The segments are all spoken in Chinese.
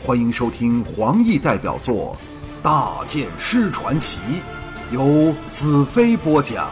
欢迎收听黄奕代表作《大剑师传奇》，由子飞播讲。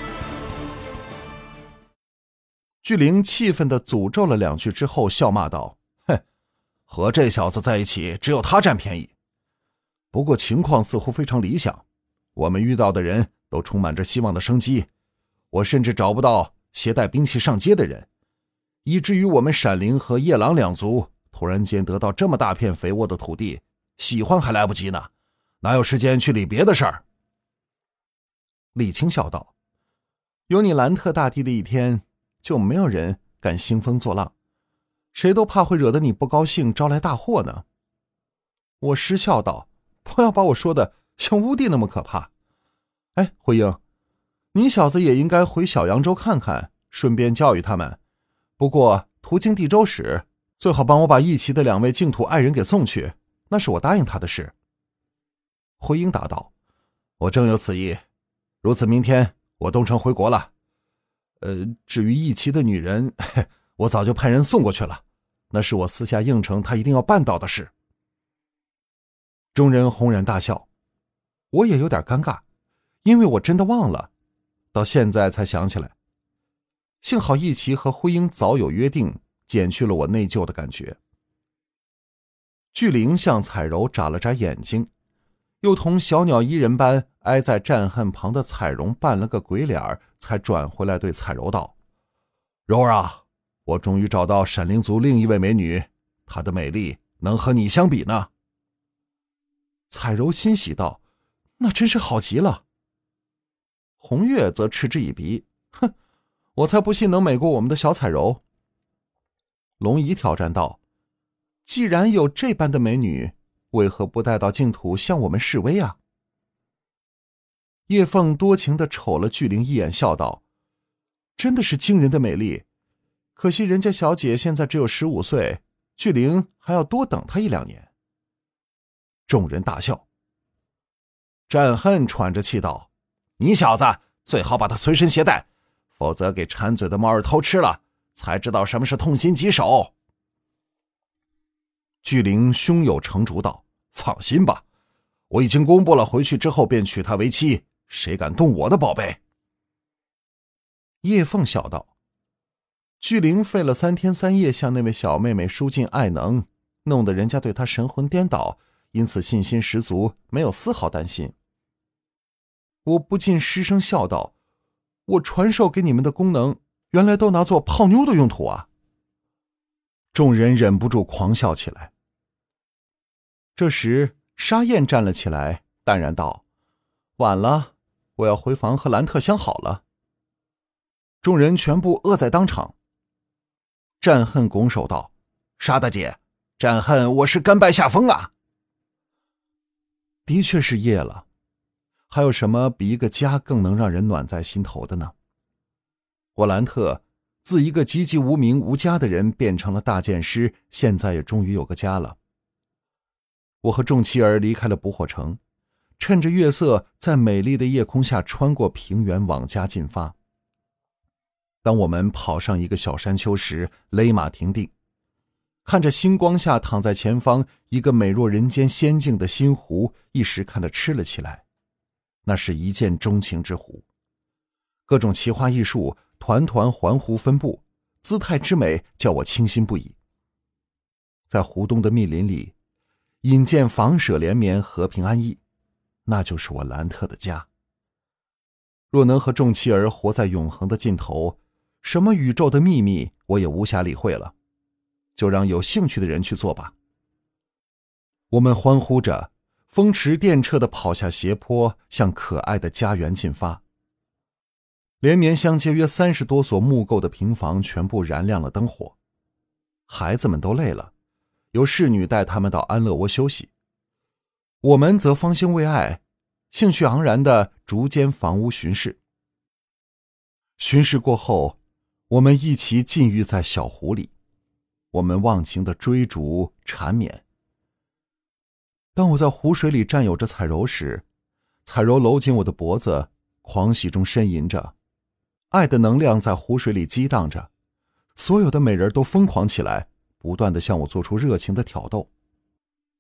巨灵气愤地诅咒了两句之后，笑骂道：“哼，和这小子在一起，只有他占便宜。不过情况似乎非常理想，我们遇到的人都充满着希望的生机，我甚至找不到携带兵器上街的人，以至于我们闪灵和夜郎两族突然间得到这么大片肥沃的土地，喜欢还来不及呢，哪有时间去理别的事儿？”李青笑道：“有你兰特大帝的一天，就没有人敢兴风作浪，谁都怕会惹得你不高兴，招来大祸呢。”我失笑道：“不要把我说的像乌帝那么可怕。哎，辉英，你小子也应该回小扬州看看，顺便教育他们。不过途经地州时，最好帮我把义齐的2位净土爱人给送去，那是我答应他的事。”辉英答道：“我正有此意，如此明天我东城回国了。至于义齐的女人，我早就派人送过去了，那是我私下应承他一定要办到的事。”众人轰然大笑，我也有点尴尬，因为我真的忘了，到现在才想起来。幸好义齐和辉英早有约定，减去了我内疚的感觉。巨灵向彩柔眨了眨眼睛，又同小鸟依人般挨在战恨旁的彩荣扮了个鬼脸，才转回来对彩柔道：“柔儿啊，我终于找到闪灵族另一位美女，她的美丽能和你相比呢。”彩柔欣喜道：“那真是好极了。”红月则嗤之以鼻：“哼，我才不信能美过我们的小彩柔。”龙姨挑战道：“既然有这般的美女，为何不带到净土向我们示威啊？”叶凤多情地瞅了巨灵一眼，笑道：“真的是惊人的美丽，可惜人家小姐现在只有15岁，巨灵还要多等她1-2年。”众人大笑。战恨喘着气道：“你小子最好把她随身携带，否则给馋嘴的猫儿偷吃了，才知道什么是痛心疾首。”巨灵胸有成竹道：“放心吧，我已经公布了，回去之后便娶她为妻，谁敢动我的宝贝？”叶凤笑道：“巨灵费了3天3夜向那位小妹妹输进爱能，弄得人家对她神魂颠倒，因此信心十足，没有丝毫担心。”我不禁失声笑道：“我传授给你们的功能，原来都拿作泡妞的用途啊！”众人忍不住狂笑起来。这时沙燕站了起来，淡然道：“晚了，我要回房和兰特相好了。”众人全部愕在当场。战恨拱手道：“沙大姐，战恨我是甘拜下风啊！”的确是夜了，还有什么比一个家更能让人暖在心头的呢？我兰特自一个籍籍无名无家的人变成了大剑师，现在也终于有个家了。我和众妻儿离开了捕火城，趁着月色在美丽的夜空下穿过平原往家进发。当我们跑上一个小山丘时，勒马停定，看着星光下躺在前方一个美若人间仙境的新湖，一时看得痴了起来。那是一见钟情之湖，各种奇花异树团团环湖分布，姿态之美叫我倾心不已。在湖东的密林里，引见房舍连绵，和平安逸，那就是我兰特的家。若能和众妻儿活在永恒的尽头，什么宇宙的秘密我也无暇理会了，就让有兴趣的人去做吧。我们欢呼着，风驰电掣地跑下斜坡，向可爱的家园进发。连绵相接约30多所木构的平房全部燃亮了灯火。孩子们都累了，由侍女带他们到安乐窝休息。我们则芳心未艾，兴趣盎然地逐间房屋巡视。巡视过后，我们一起浸浴在小湖里，我们忘情地追逐缠绵。当我在湖水里占有着彩柔时，彩柔搂紧我的脖子，狂喜中呻吟着，爱的能量在湖水里激荡着，所有的美人都疯狂起来，不断地向我做出热情的挑逗。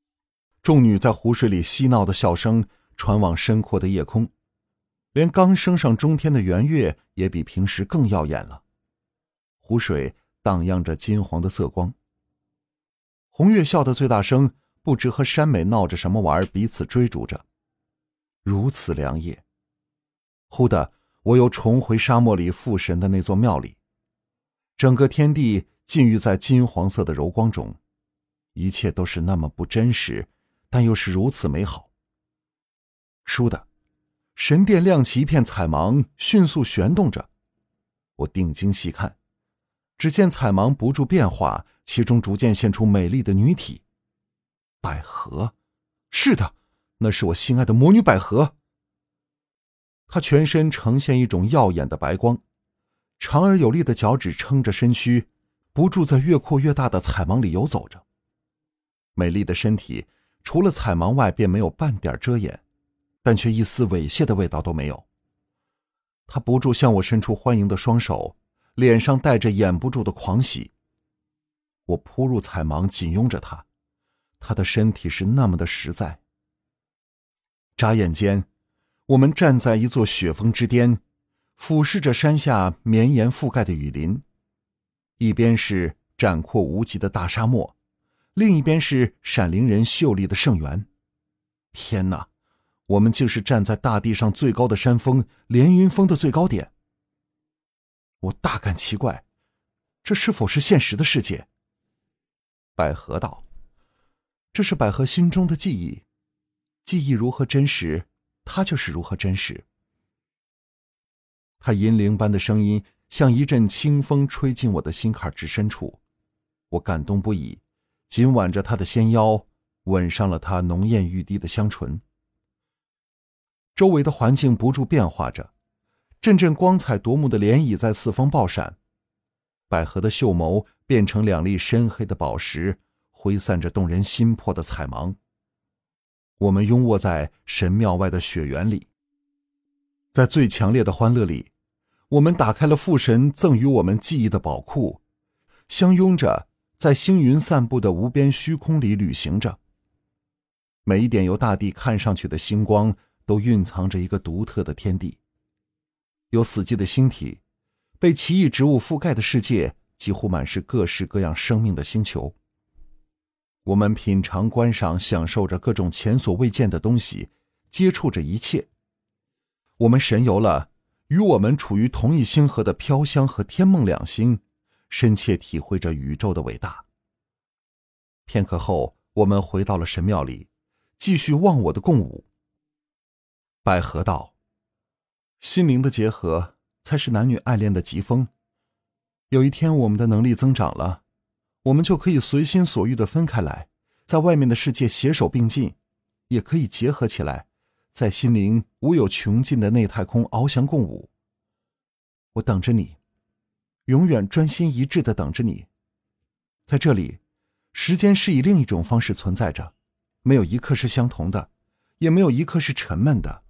众女在湖水里嬉闹的笑声传往深阔的夜空，连刚升上中天的圆月也比平时更耀眼了。湖水荡漾着金黄的色光。红月笑得最大声，不知和山美闹着什么玩，彼此追逐着。如此良夜，忽的我又重回沙漠里父神的那座庙里，整个天地浸浴在金黄色的柔光中，一切都是那么不真实，但又是如此美好。倏地，神殿亮起一片彩芒，迅速旋动着。我定睛细看，只见彩芒不住变化，其中逐渐现出美丽的女体。百合，是的，那是我心爱的魔女百合。她全身呈现一种耀眼的白光，长而有力的脚趾撑着身躯，不住在越扩越大的彩芒里游走着。美丽的身体除了彩芒外便没有半点遮掩，但却一丝猥亵的味道都没有。她不住向我伸出欢迎的双手，脸上带着掩不住的狂喜。我扑入彩芒，紧拥着她，她的身体是那么的实在。眨眼间，我们站在一座雪峰之巅，俯视着山下绵延覆盖的雨林，一边是展阔无极的大沙漠，另一边是闪灵人秀丽的圣园。天哪，我们竟是站在大地上最高的山峰连云峰的最高点。我大感奇怪，这是否是现实的世界？百合道，这是百合心中的记忆，记忆如何真实，它就是如何真实。他银铃般的声音像一阵清风吹进我的心坎至深处，我感动不已，紧挽着他的纤腰，吻上了他浓艳欲滴的香唇。周围的环境不住变化着，阵阵光彩夺目的涟漪在四方爆闪，百合的秀眸变成两粒深黑的宝石，挥散着动人心魄的彩芒。我们拥卧在神庙外的雪原里，在最强烈的欢乐里，我们打开了父神赠予我们记忆的宝库，相拥着在星云散布的无边虚空里旅行着。每一点由大地看上去的星光都蕴藏着一个独特的天地。有死寂的星体，被奇异植物覆盖的世界几乎满是各式各样生命的星球。我们品尝观赏享受着各种前所未见的东西，接触着一切。我们神游了与我们处于同一星河的飘香和天梦两星，深切体会着宇宙的伟大。片刻后，我们回到了神庙里，继续忘我的共舞。百合道，心灵的结合才是男女爱恋的疾风。有一天我们的能力增长了，我们就可以随心所欲地分开来，在外面的世界携手并进，也可以结合起来，在心灵无有穷尽的内太空翱翔共舞。我等着你，永远专心一致地等着你。在这里，时间是以另一种方式存在着，没有一刻是相同的，也没有一刻是沉闷的。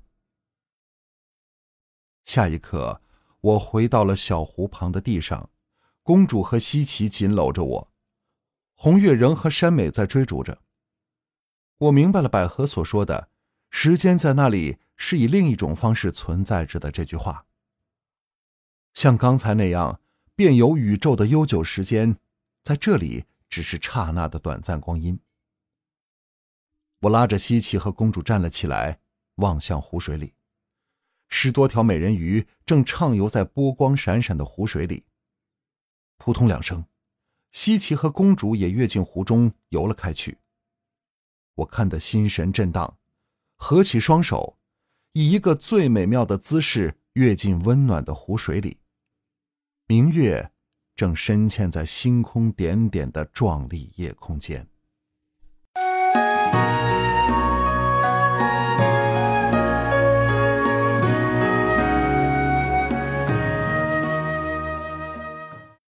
下一刻，我回到了小湖旁的地上，公主和西岐紧搂着我，红月仍和山美在追逐着。我明白了百合所说的时间在那里是以另一种方式存在着的这句话。像刚才那样遍游宇宙的悠久时间，在这里只是刹那的短暂光阴。我拉着西岐和公主站了起来，望向湖水里，10多条美人鱼正畅游在波光闪闪的湖水里。扑通2声，西岐和公主也跃进湖中游了开去。我看得心神震荡，合起双手，以一个最美妙的姿势跃进温暖的湖水里。明月正深嵌在星空点点的壮丽夜空间。